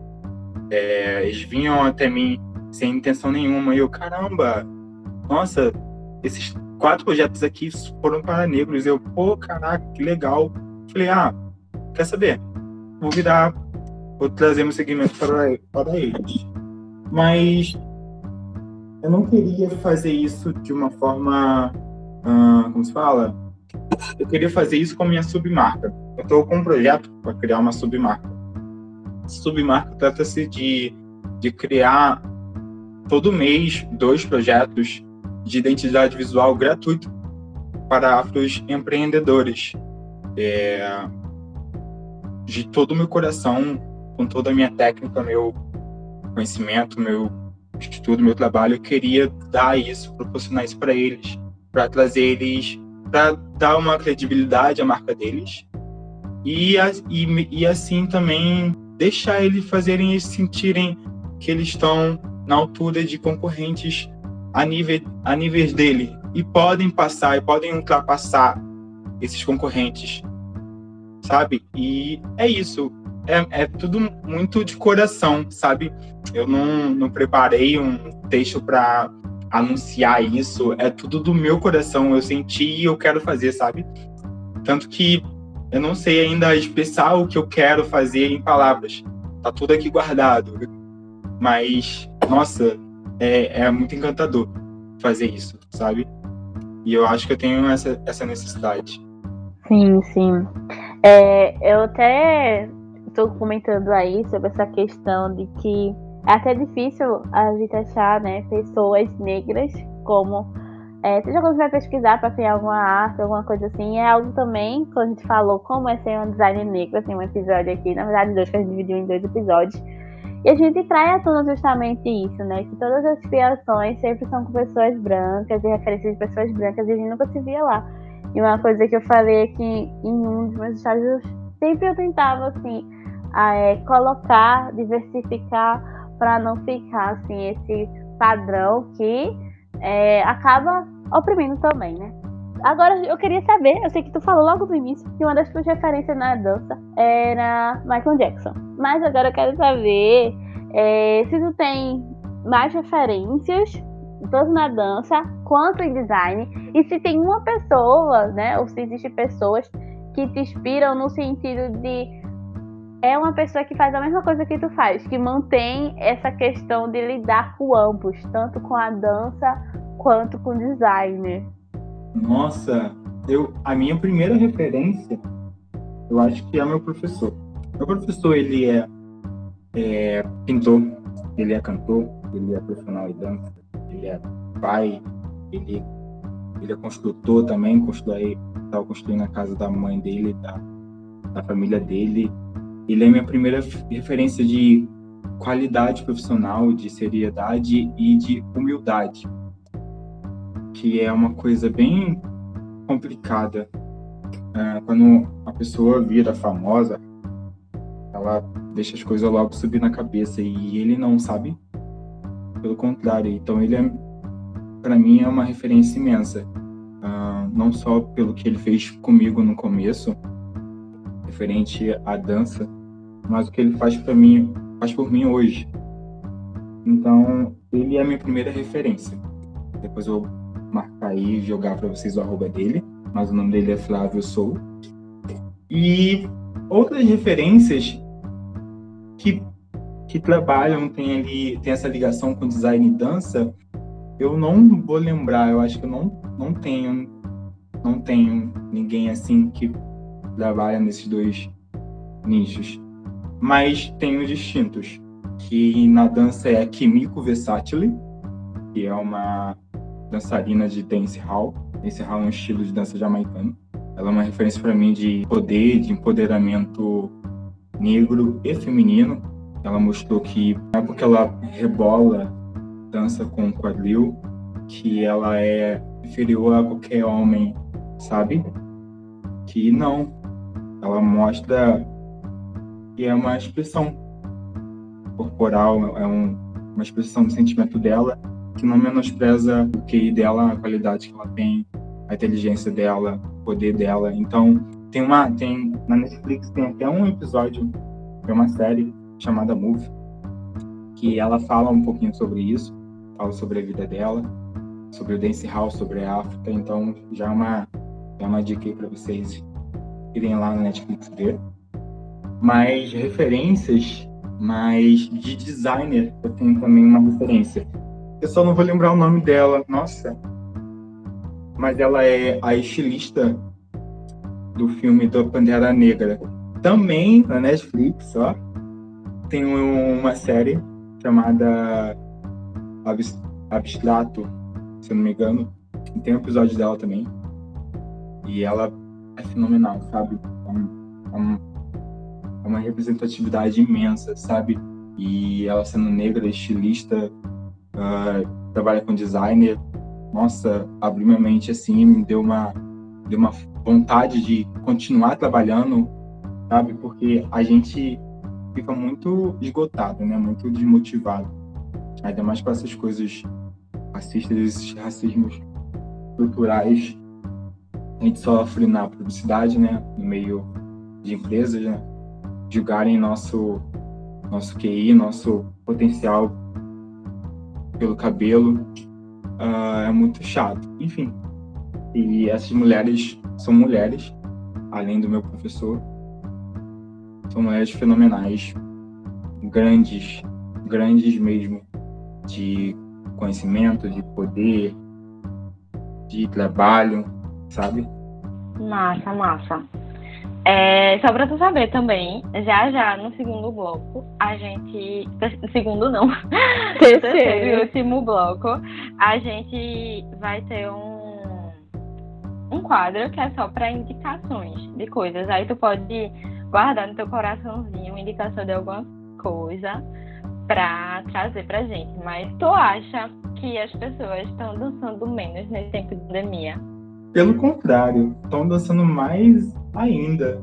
[SPEAKER 3] É, eles vinham até mim sem intenção nenhuma e eu, caramba, nossa, esses quatro projetos aqui foram para negros. Eu, pô, caraca, que legal. Falei, ah, quer saber? Vou virar, vou trazer meu segmento para, para eles. Mas eu não queria fazer isso de uma forma... Uh, como se fala? Eu queria fazer isso com a minha submarca. Eu estou com um projeto para criar uma submarca. Submarca trata-se de, de criar todo mês dois projetos de identidade visual gratuito para afros empreendedores. É, de todo o meu coração, com toda a minha técnica, meu conhecimento, meu estudo, meu trabalho, eu queria dar isso, proporcionar isso para eles, para trazer eles, para dar uma credibilidade à marca deles e, e, e assim também deixar eles fazerem eles sentirem que eles estão na altura de concorrentes a, nível, a níveis dele e podem passar e podem ultrapassar esses concorrentes, sabe? E é isso. É, é tudo muito de coração, sabe? Eu não, não preparei um texto para anunciar isso. É tudo do meu coração. Eu senti e eu quero fazer, sabe? Tanto que eu não sei ainda expressar o que eu quero fazer em palavras. Tá tudo aqui guardado. Mas, nossa, é, é muito encantador fazer isso, sabe? E eu acho que eu tenho essa, essa necessidade.
[SPEAKER 1] Sim, sim. É, eu até estou comentando aí sobre essa questão de que é até difícil a gente achar, né, pessoas negras como... É, seja quando você vai pesquisar para criar alguma arte, alguma coisa assim, é algo também, quando a gente falou como é ser um designer negro, tem um episódio aqui, na verdade dois, que a gente dividiu em dois episódios, e a gente traz à tona justamente isso, né, que todas as criações sempre são com pessoas brancas, e referências de pessoas brancas, e a gente nunca se via lá. E uma coisa que eu falei aqui em um dos meus estágios, sempre eu tentava, assim, a, é, colocar, diversificar, para não ficar, assim, esse padrão que é, acaba oprimindo também, né? Agora, eu queria saber, eu sei que tu falou logo no início que uma das tuas referências na dança era Michael Jackson. Mas agora eu quero saber é, se tu tem mais referências, tanto na dança quanto em design, e se tem uma pessoa, né, ou se existem pessoas que te inspiram no sentido de é uma pessoa que faz a mesma coisa que tu faz, que mantém essa questão de lidar com ambos, tanto com a dança quanto com o design.
[SPEAKER 3] Nossa, eu, a minha primeira referência, eu acho que é meu professor. Meu professor, ele é, é pintor, ele é cantor, ele é profissional em dança, ele é pai, ele, ele é construtor também, constrói, estava construindo a casa da mãe dele, da, da família dele. Ele é minha primeira referência de qualidade profissional, de seriedade e de humildade, que é uma coisa bem complicada. É, quando a pessoa vira famosa, ela deixa as coisas logo subir na cabeça e ele não, sabe? Pelo contrário. Então ele, é, para mim, é uma referência imensa. Uh, não só pelo que ele fez comigo no começo, referente à dança, mas o que ele faz para mim, faz por mim hoje. Então, ele é a minha primeira referência. Depois eu vou marcar aí e jogar para vocês o arroba dele, mas o nome dele é Flávio Sou. E outras referências que, que trabalham, tem ali, tem essa ligação com design e dança, eu não vou lembrar, eu acho que eu não, não tenho, não tenho ninguém assim que trabalha nesses dois nichos. Mas tenho distintos, que na dança é a Kimiko Versatile, que é uma dançarina de dancehall. Dancehall é um estilo de dança jamaicano. Ela é uma referência para mim de poder, de empoderamento negro e feminino. Ela mostrou que não é porque ela rebola, dança com quadril, que ela é inferior a qualquer homem, sabe? Que não. Ela mostra que é uma expressão corporal, é um, uma expressão do sentimento dela, que não menospreza o Q I dela, a qualidade que ela tem, a inteligência dela, o poder dela. Então, tem uma, tem, na Netflix tem até um episódio, é uma série chamada Move, que ela fala um pouquinho sobre isso, fala sobre a vida dela, sobre o dancehall, sobre a África. Então, já é uma, é uma dica aí para vocês irem lá na Netflix ver. Mas referências, mas de designer, eu tenho também uma referência. Eu só não vou lembrar o nome dela, nossa. Mas ela é a estilista do filme do Pantera Negra. Também na Netflix, ó, tem uma série chamada Abstrato, se eu não me engano. Tem um episódio dela também. E ela é fenomenal, sabe? É, um, é, um, é uma representatividade imensa, sabe? E ela sendo negra, estilista, uh, trabalha com designer, nossa, abriu minha mente assim, me deu uma, deu uma vontade de continuar trabalhando, sabe? Porque a gente fica muito esgotado, né? Muito desmotivado. Ainda mais com essas coisas racistas, esses racismos estruturais. A gente sofre na publicidade, né? No meio de empresas, né? Julgarem nosso, nosso Q I, nosso potencial pelo cabelo. Uh, é muito chato. Enfim. E essas mulheres são mulheres, além do meu professor. São mulheres fenomenais, grandes, grandes mesmo, de conhecimento, de poder, de trabalho, sabe?
[SPEAKER 2] Massa, massa. É, só pra tu saber também, já já no segundo bloco, a gente... Segundo não. Terceiro e último bloco, a gente vai ter um, um quadro que é só pra indicações de coisas. Aí tu pode guardar no teu coraçãozinho uma indicação de alguma coisa pra trazer pra gente. Mas tu acha que as pessoas estão dançando menos nesse tempo de pandemia?
[SPEAKER 3] Pelo contrário, estão dançando mais ainda.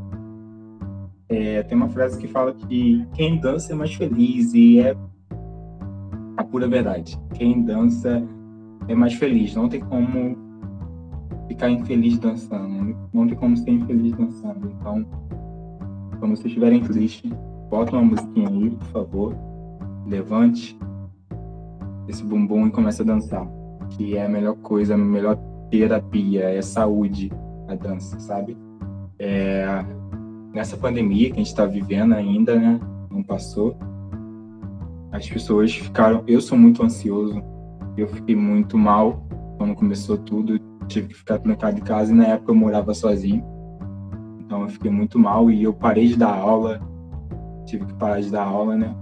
[SPEAKER 3] É, tem uma frase que fala que quem dança é mais feliz, e é a pura verdade. Quem dança é mais feliz. Não tem como ficar infeliz dançando. Não tem como ser infeliz dançando. Então, quando vocês estiverem tristes, bota uma musiquinha aí, por favor. Levante esse bumbum e comece a dançar. Que é a melhor coisa, a melhor terapia, é saúde, a dança, sabe? É, nessa pandemia que a gente está vivendo ainda, né? Não passou. As pessoas ficaram... Eu sou muito ansioso. Eu fiquei muito mal quando começou tudo. Tive que ficar trancado em casa, e na época eu morava sozinho. Então eu fiquei muito mal e eu parei de dar aula. Tive que parar de dar aula, né?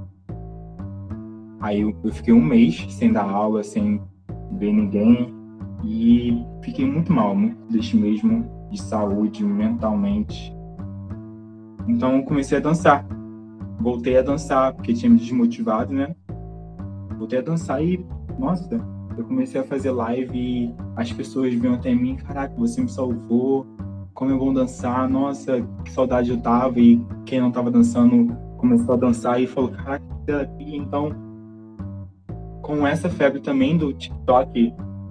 [SPEAKER 3] Aí eu, eu fiquei um mês sem dar aula, sem ver ninguém. E fiquei muito mal, muito triste mesmo, de saúde, mentalmente. Então eu comecei a dançar. Voltei a dançar, porque tinha me desmotivado, né? Voltei a dançar e, nossa, eu comecei a fazer live e as pessoas vinham até mim: caraca, você me salvou, como é bom dançar, nossa, que saudade eu tava. E quem não tava dançando começou a dançar e falou: caraca, que terapia. Então, com essa febre também do TikTok,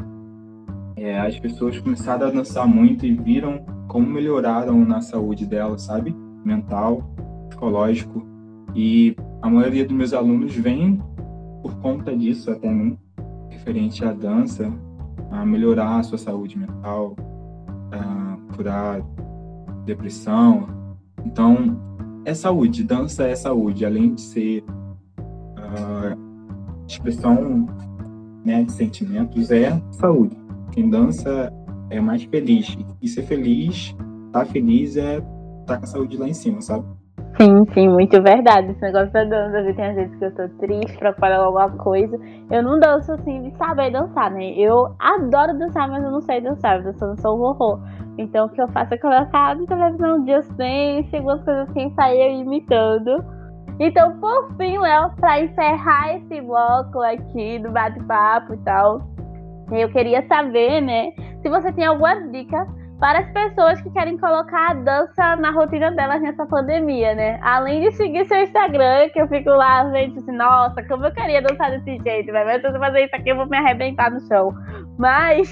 [SPEAKER 3] É, as pessoas começaram a dançar muito e viram como melhoraram na saúde delas, sabe? Mental, psicológico. E a maioria dos meus alunos vem por conta disso até mim, referente à dança, a melhorar a sua saúde mental, a curar depressão. Então, é saúde, dança é saúde, além de ser uh, expressão, né, de sentimentos, é saúde. Quem dança é mais feliz. E ser feliz, tá feliz, é tá com a saúde lá em cima, sabe?
[SPEAKER 1] Sim, sim, muito verdade. Esse negócio da dança, tem às vezes que eu tô triste, preocupada com alguma coisa. Eu não danço assim de saber dançar, né? Eu adoro dançar, mas eu não sei dançar. Eu danço, sou um horror. Então o que eu faço é colocar na televisão Just Dance, algumas coisas assim, sair eu imitando. Então, por fim, Léo, pra encerrar esse bloco aqui do bate-papo e tal, eu queria saber, né, se você tem alguma dica para as pessoas que querem colocar a dança na rotina delas nessa pandemia, né? Além de seguir seu Instagram, que eu fico lá vendo assim, nossa, como eu queria dançar desse jeito, mas se eu fazer isso aqui eu vou me arrebentar no chão. Mas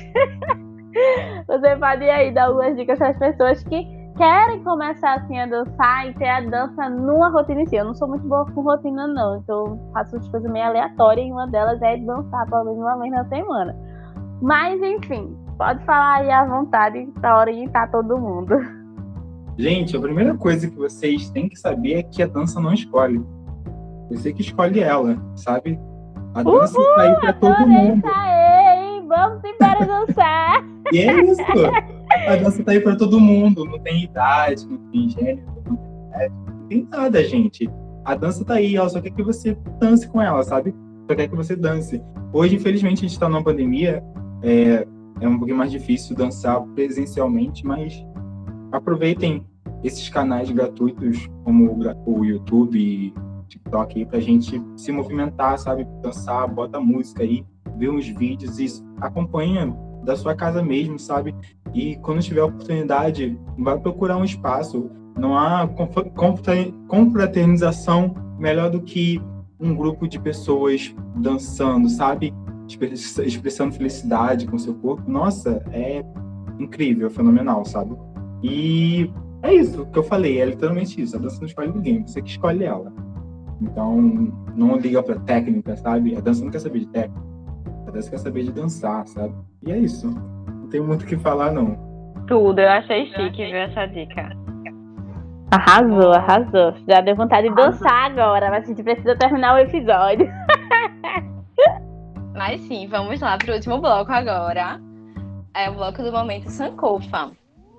[SPEAKER 1] você pode aí dar algumas dicas para as pessoas que querem começar assim a dançar e ter a dança numa rotina em si. Eu não sou muito boa com rotina, não. Então eu faço umas coisas meio aleatórias e uma delas é dançar pelo menos uma vez na semana. Mas, enfim, pode falar aí à vontade para orientar todo mundo.
[SPEAKER 3] Gente, a primeira coisa que vocês têm que saber é que a dança não escolhe. Você que escolhe ela, sabe? A dança Uhul, tá aí pra todo mundo.
[SPEAKER 1] Aí, vamos embora dançar.
[SPEAKER 3] E é isso. A dança tá aí pra todo mundo. Não tem idade, não tem gênero, não tem idade, não tem nada, gente. A dança tá aí, ela só quer que você dance com ela, sabe? Só quer que você dance. Hoje, infelizmente, a gente tá numa pandemia. É, é um pouquinho mais difícil dançar presencialmente, mas aproveitem esses canais gratuitos como o YouTube e TikTok aí pra gente se movimentar, sabe? Dançar, bota música aí, vê uns vídeos e acompanha da sua casa mesmo, sabe? E quando tiver oportunidade, vai procurar um espaço. Não há confraternização melhor do que um grupo de pessoas dançando, sabe? Expressando felicidade com seu corpo. Nossa, é incrível, é fenomenal, sabe? E é isso que eu falei, é literalmente isso. A dança não escolhe ninguém, você que escolhe ela. Então, não liga pra técnica, sabe? A dança não quer saber de técnica, a dança quer saber de dançar, sabe? E é isso. Não tem muito o que falar, não.
[SPEAKER 2] Tudo, eu achei chique, viu, essa dica.
[SPEAKER 1] Arrasou, arrasou. Já deu vontade de dançar agora, mas a gente precisa terminar o episódio.
[SPEAKER 2] Mas sim, vamos lá pro último bloco agora. É o bloco do Momento Sankofa.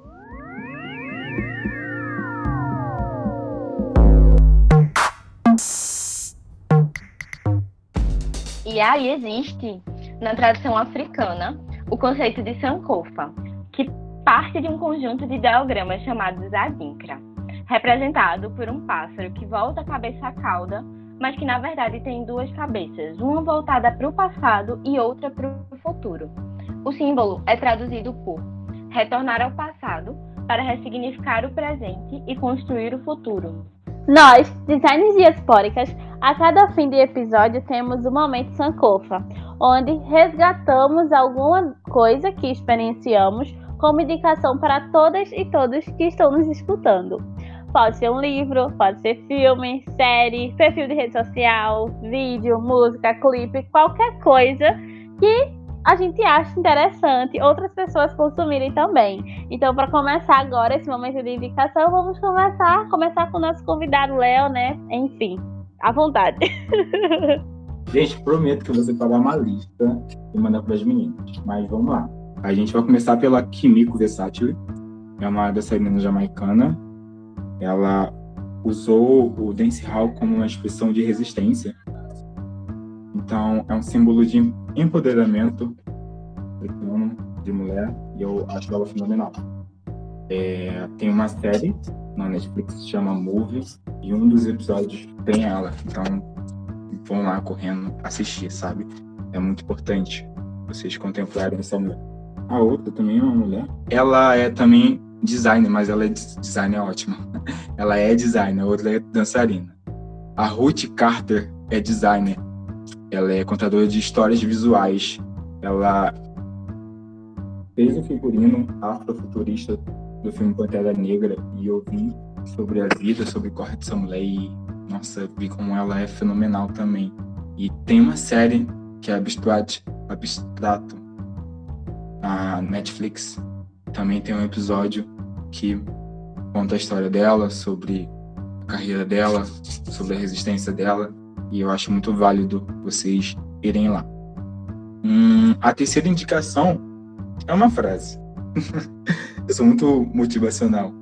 [SPEAKER 2] E aí existe, na tradição africana, o conceito de Sankofa, que parte de um conjunto de ideogramas chamados Adinkra, representado por um pássaro que volta a cabeça à cauda, mas que na verdade tem duas cabeças, uma voltada para o passado e outra para o futuro. O símbolo é traduzido por retornar ao passado para ressignificar o presente e construir o futuro.
[SPEAKER 1] Nós, designers diaspóricas, a cada fim de episódio temos o Momento Sankofa, onde resgatamos alguma coisa que experienciamos como indicação para todas e todos que estão nos escutando. Pode ser um livro, pode ser filme, série, perfil de rede social, vídeo, música, clipe, qualquer coisa que a gente acha interessante outras pessoas consumirem também. Então, para começar agora esse momento de indicação, vamos começar, começar com o nosso convidado Léo, né? Enfim, à vontade.
[SPEAKER 3] Gente, prometo que eu vou separar uma lista e mandar para as meninas. Mas vamos lá. A gente vai começar pela Kimiko Versátil. É uma dançarina jamaicana. Ela usou o dancehall como uma expressão de resistência. Então, é um símbolo de empoderamento de mulher, e eu acho ela fenomenal. É, tem uma série na Netflix que se chama Movie, e um dos episódios tem ela. Então, vão lá correndo assistir, sabe? É muito importante vocês contemplarem essa mulher. A outra também é uma mulher. Ela é também designer, mas ela é designer ótima. Ela é designer, a outra é dançarina. A Ruth Carter é designer. Ela é contadora de histórias visuais. Ela fez o figurino afrofuturista do filme Pantera Negra, e eu vi sobre a vida, sobre o corre dessa mulher, e, nossa, vi como ela é fenomenal também. E tem uma série que é Abstrato, Abstrato na Netflix. Também tem um episódio que conta a história dela, sobre a carreira dela, sobre a resistência dela. E eu acho muito válido vocês irem lá. Hum, a terceira indicação é uma frase. Eu sou muito motivacional.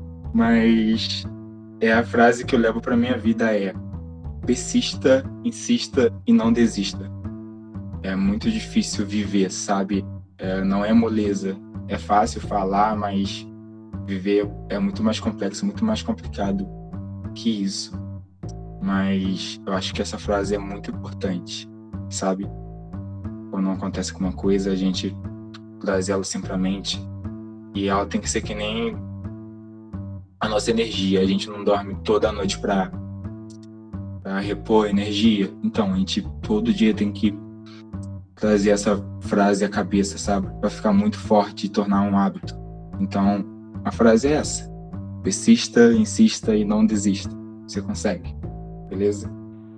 [SPEAKER 3] Mas é a frase que eu levo para minha vida, é: persista, insista e não desista. É muito difícil viver, sabe? É, não é moleza. É fácil falar, mas viver é muito mais complexo, muito mais complicado que isso. Mas eu acho que essa frase é muito importante, sabe? Quando acontece alguma coisa, a gente traz ela sempre à mente, e ela tem que ser que nem a nossa energia. A gente não dorme toda noite pra, pra repor energia. Então, a gente todo dia tem que trazer essa frase à cabeça, sabe? Pra ficar muito forte e tornar um hábito. Então, a frase é essa: persista, insista e não desista. Você consegue. Beleza?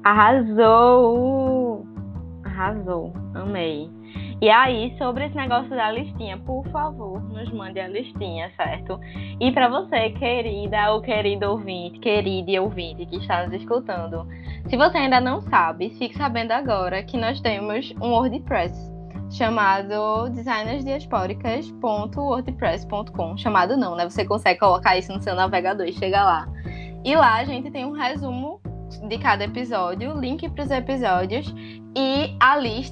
[SPEAKER 2] Arrasou! Arrasou, amei. E aí, sobre esse negócio da listinha, por favor, nos mande a listinha, certo? E para você, querida ou querido ouvinte, querida e ouvinte que está nos escutando, se você ainda não sabe, fique sabendo agora que nós temos um WordPress chamado designer diaspóricas ponto wordpress ponto com. Chamado não, né? Você consegue colocar isso no seu navegador e chega lá. E lá a gente tem um resumo de cada episódio, link para os episódios e a lista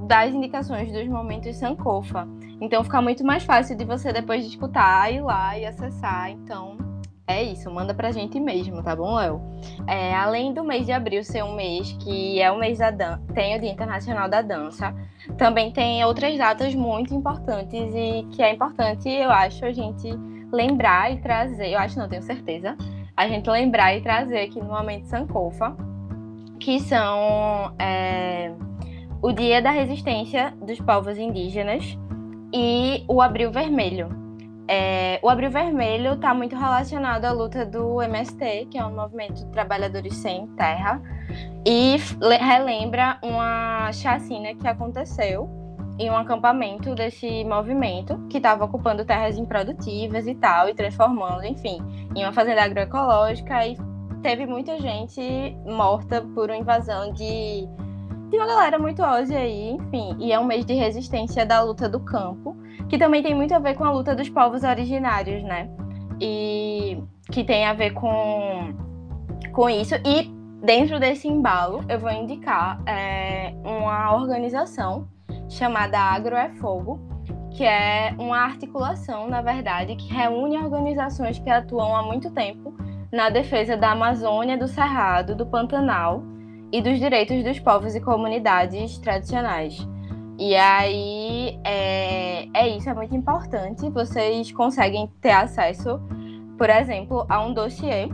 [SPEAKER 2] das indicações dos momentos Sankofa. Então fica muito mais fácil de você depois de escutar, ir lá e acessar. Então é isso, manda pra gente mesmo, tá bom, Léo? É, além do mês de abril ser um mês que é o mês da dança, tem o Dia Internacional da Dança, também tem outras datas muito importantes e que é importante, eu acho, a gente lembrar e trazer, eu acho, não tenho certeza, a gente lembrar e trazer aqui no Momento Sankofa, que são é, o Dia da Resistência dos Povos Indígenas e o Abril Vermelho. É, o Abril Vermelho está muito relacionado à luta do M S T, que é um movimento de trabalhadores sem terra, e relembra uma chacina que aconteceu em um acampamento desse movimento, que estava ocupando terras improdutivas e tal, e transformando, enfim, em uma fazenda agroecológica, e teve muita gente morta por uma invasão de, de uma galera muito ósia aí, enfim, e é um mês de resistência da luta do campo, que também tem muito a ver com a luta dos povos originários, né? E que tem a ver com, com isso. E dentro desse embalo, eu vou indicar é, uma organização chamada Agro é Fogo, que é uma articulação, na verdade, que reúne organizações que atuam há muito tempo na defesa da Amazônia, do Cerrado, do Pantanal e dos direitos dos povos e comunidades tradicionais. E aí, é, é isso, é muito importante. Vocês conseguem ter acesso, por exemplo, a um dossiê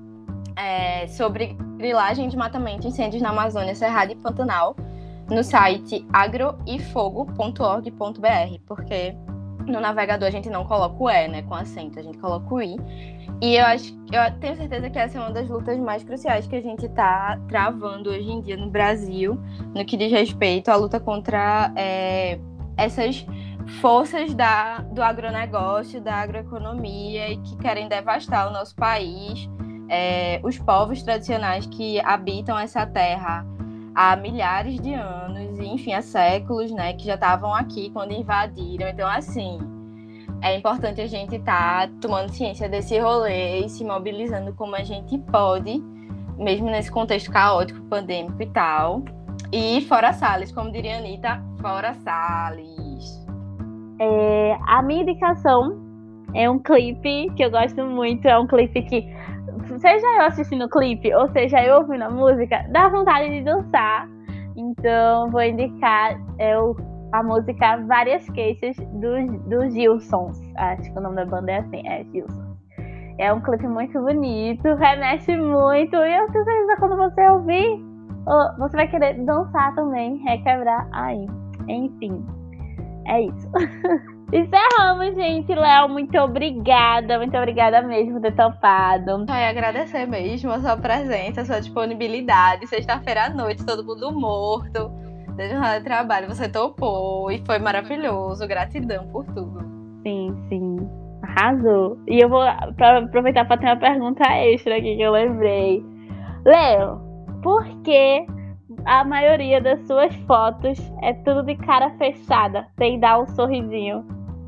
[SPEAKER 2] é, sobre grilagem, desmatamento, incêndios na Amazônia, Cerrado e Pantanal, no site agro e fogo ponto org ponto b r, porque no navegador a gente não coloca o E, né, com acento, a gente coloca o I. E eu acho, eu tenho certeza que essa é uma das lutas mais cruciais que a gente está travando hoje em dia no Brasil, no que diz respeito à luta contra é, essas forças da, do agronegócio, da agroeconomia, e que querem devastar o nosso país, é, os povos tradicionais que habitam essa terra há milhares de anos, e, enfim, há séculos, né, que já estavam aqui quando invadiram. Então, assim, é importante a gente estar tá tomando ciência desse rolê e se mobilizando como a gente pode, mesmo nesse contexto caótico, pandêmico e tal. E fora Salles, como diria a Anitta, fora Salles.
[SPEAKER 1] É, a minha indicação é um clipe que eu gosto muito, é um clipe que, seja eu assistindo o clipe, ou seja eu ouvindo a música, dá vontade de dançar. Então, vou indicar é, o, a música Várias Queixas do, do Gilsons. Acho que o nome da banda é assim, é Gilsons. É um clipe muito bonito, remete muito. E eu tenho certeza que quando você ouvir, você vai querer dançar também, requebrar aí. Enfim, é isso. Encerramos, gente. Léo, muito obrigada. Muito obrigada mesmo por ter topado.
[SPEAKER 2] Só ia agradecer mesmo a sua presença, a sua disponibilidade. Sexta-feira à noite, todo mundo morto, desde jornada de trabalho. Você topou e foi maravilhoso. Gratidão por tudo.
[SPEAKER 1] Sim, sim. Arrasou. E eu vou aproveitar para ter uma pergunta extra aqui que eu lembrei. Léo, por que a maioria das suas fotos é tudo de cara fechada, sem dar um sorrisinho?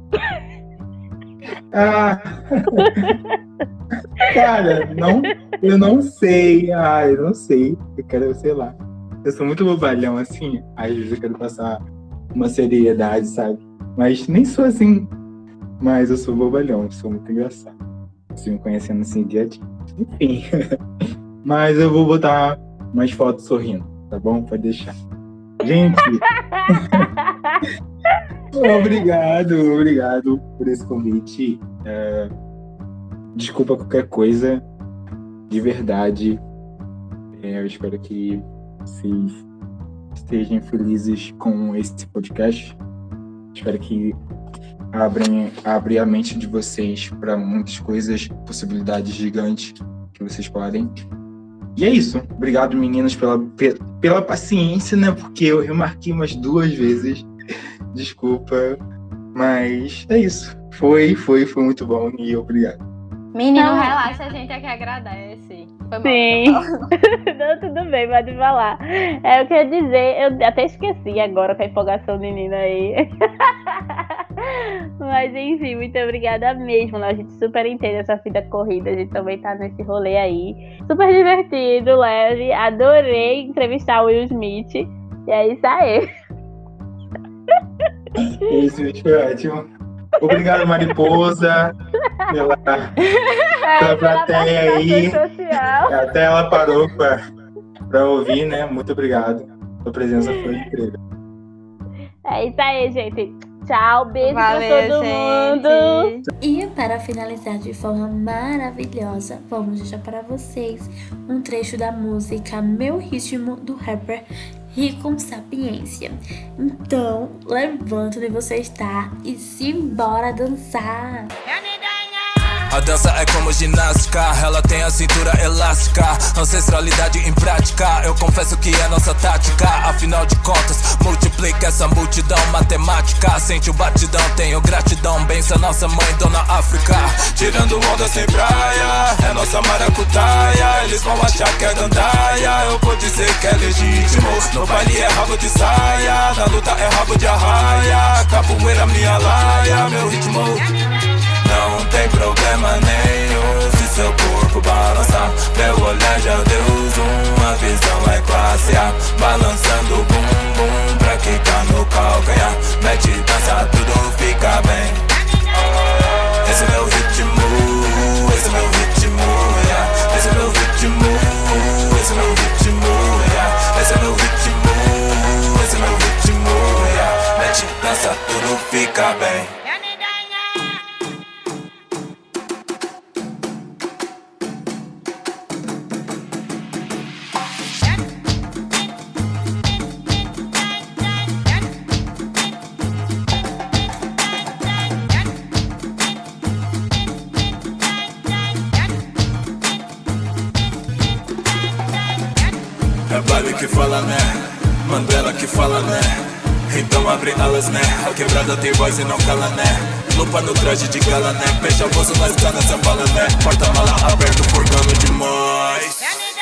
[SPEAKER 3] Ah, cara, não, eu não sei. Ah, eu não sei. Eu quero, sei lá. Eu sou muito bobalhão, assim. Às vezes eu quero passar uma seriedade, sabe? Mas nem sou assim. Mas eu sou bobalhão, sou muito engraçado. Você me conhecendo assim dia a dia. Enfim. Mas eu vou botar umas fotos sorrindo, tá bom? Pode deixar. Gente. Obrigado, obrigado por esse convite. É, desculpa qualquer coisa, de verdade. É, eu espero que vocês estejam felizes com esse podcast. Espero que abrem, abra a mente de vocês para muitas coisas, possibilidades gigantes que vocês podem. E é isso. Obrigado, meninas, pela, pela paciência, né? Porque eu remarquei umas duas vezes. Desculpa, mas é isso. Foi, foi, foi muito bom e obrigado.
[SPEAKER 2] Menino, não, relaxa, a gente é que agradece. Foi
[SPEAKER 1] sim. Não, tudo bem, pode falar. É, eu queria dizer, eu até esqueci agora com a empolgação menina aí. Mas enfim, muito obrigada mesmo. A gente super entende essa vida corrida, a gente também tá nesse rolê aí. Super divertido, leve. Adorei entrevistar o Will Smith. E é isso aí.
[SPEAKER 3] Esse vídeo foi ótimo. Obrigado, Mariposa, pela,
[SPEAKER 1] É,
[SPEAKER 3] pela plateia aí.
[SPEAKER 1] social.
[SPEAKER 3] Até ela parou para ouvir, né? Muito obrigado. Sua presença foi incrível.
[SPEAKER 1] É isso aí, gente. Tchau, beijo
[SPEAKER 2] Valeu,
[SPEAKER 1] pra todo
[SPEAKER 2] gente.
[SPEAKER 1] mundo.
[SPEAKER 4] E para finalizar de forma maravilhosa, vamos deixar para vocês um trecho da música Meu Ritmo, do rapper Rico Sapiência. Então, levanta onde você está e simbora dançar!
[SPEAKER 5] A dança é como ginástica, ela tem a cintura elástica, ancestralidade em prática, eu confesso que é nossa tática. Afinal de contas, multiplica essa multidão matemática. Sente o batidão, tenho gratidão, bença nossa mãe, Dona África. Tirando onda sem praia, é nossa maracutaia. Eles vão achar que é gandaia, eu vou dizer que é legítimo. No baile é rabo de saia, na luta é rabo de arraia. Capoeira minha laia, meu ritmo não tem problema nenhum se seu corpo balançar. Meu olhar já deu zoom, a visão é classe A. Balançando o bumbum pra quicar no calcanhar. Mete dança, tudo fica bem. Esse é meu ritmo, esse é meu ritmo, yeah. Esse é meu ritmo, esse é meu ritmo, yeah. Esse é meu ritmo, esse é meu ritmo, yeah. Mete dança, tudo fica bem. É baile que fala, né? Mandela que fala, né? Então abre alas, né? A quebrada tem voz e não cala, né? Lupa no traje de gala, né? Fecha a bolsa, nós tá nessa bala, né? Porta-mala aberto, forgando demais.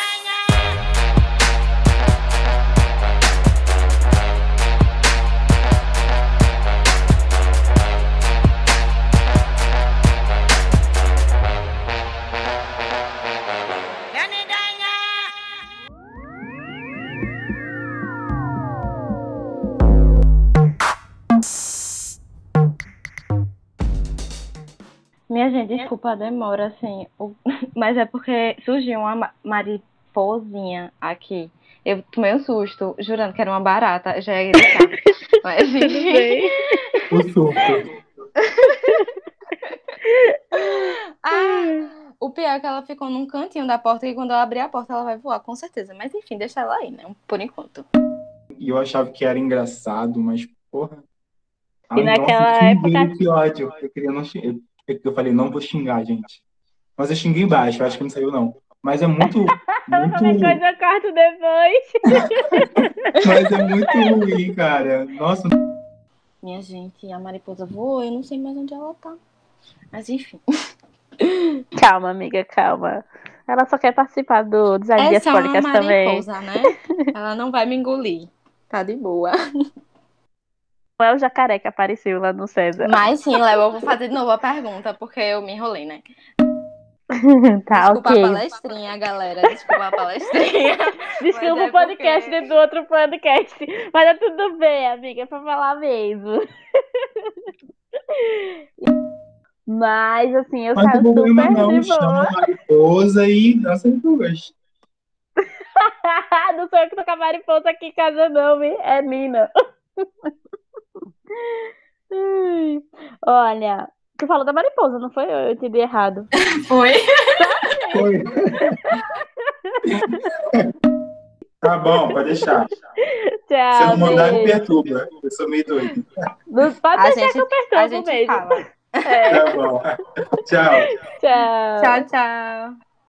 [SPEAKER 2] Minha gente, desculpa a demora, assim, o- mas é porque surgiu uma ma- mariposinha aqui. Eu tomei um susto, jurando que era uma barata, já ia gritar. Mas,
[SPEAKER 1] Tudo
[SPEAKER 2] enfim.
[SPEAKER 1] bem?
[SPEAKER 3] O surto.
[SPEAKER 2] Ah, o pior é que ela ficou num cantinho da porta e quando eu abrir a porta ela vai voar, com certeza. Mas enfim, deixa ela aí, né? Por enquanto.
[SPEAKER 3] E eu achava que era engraçado, mas, porra.
[SPEAKER 1] E naquela
[SPEAKER 3] xinguei,
[SPEAKER 1] época-
[SPEAKER 3] que ódio. Eu queria não xingar. Eu, eu falei, não vou xingar, gente. Mas eu xinguei baixo, eu acho que não saiu, não. Mas é muito.
[SPEAKER 1] Qualquer
[SPEAKER 3] muito
[SPEAKER 1] coisa eu corto depois.
[SPEAKER 3] mas é muito ruim, cara. Nossa,
[SPEAKER 2] Minha gente, a mariposa voou, eu não sei mais onde ela tá. Mas enfim.
[SPEAKER 1] Calma, amiga, calma. Ela só quer participar do Design
[SPEAKER 2] É
[SPEAKER 1] Dias
[SPEAKER 2] só uma
[SPEAKER 1] Podcast também.
[SPEAKER 2] mariposa, né? Ela não vai me engolir. Tá de boa.
[SPEAKER 1] Não é o jacaré que apareceu lá no César.
[SPEAKER 2] Mas sim, Léo, eu vou fazer de novo a pergunta, porque eu me enrolei, né?
[SPEAKER 1] Tá,
[SPEAKER 2] Desculpa
[SPEAKER 1] ok.
[SPEAKER 2] a palestrinha, galera. Desculpa a palestrinha.
[SPEAKER 1] Desculpa
[SPEAKER 2] Mas é
[SPEAKER 1] o podcast
[SPEAKER 2] porque-
[SPEAKER 1] dentro do outro podcast. Mas é tudo bem, amiga, é pra falar mesmo. Mas, assim, eu
[SPEAKER 3] não tem
[SPEAKER 1] saio
[SPEAKER 3] problema,
[SPEAKER 1] super
[SPEAKER 3] não.
[SPEAKER 1] de
[SPEAKER 3] Chama
[SPEAKER 1] boa.
[SPEAKER 3] a mariposa e dança as duas.
[SPEAKER 1] Não sou eu que tô com a mariposa aqui em casa, não, viu? É Nina. Ai. Olha, tu falou da mariposa, não foi? Eu entendi errado.
[SPEAKER 2] Foi.
[SPEAKER 3] Foi. Tá bom, pode deixar. Se
[SPEAKER 1] Tchau,
[SPEAKER 3] não mandar, me
[SPEAKER 1] beijo.
[SPEAKER 3] perturba. Eu sou meio doido.
[SPEAKER 1] Não pode
[SPEAKER 2] A
[SPEAKER 1] deixar
[SPEAKER 2] gente,
[SPEAKER 1] que eu
[SPEAKER 2] a
[SPEAKER 1] perturbo
[SPEAKER 2] gente
[SPEAKER 1] mesmo.
[SPEAKER 2] fala.
[SPEAKER 1] É,
[SPEAKER 3] Tá bom. Tchau.
[SPEAKER 1] tchau.
[SPEAKER 2] Tchau, tchau.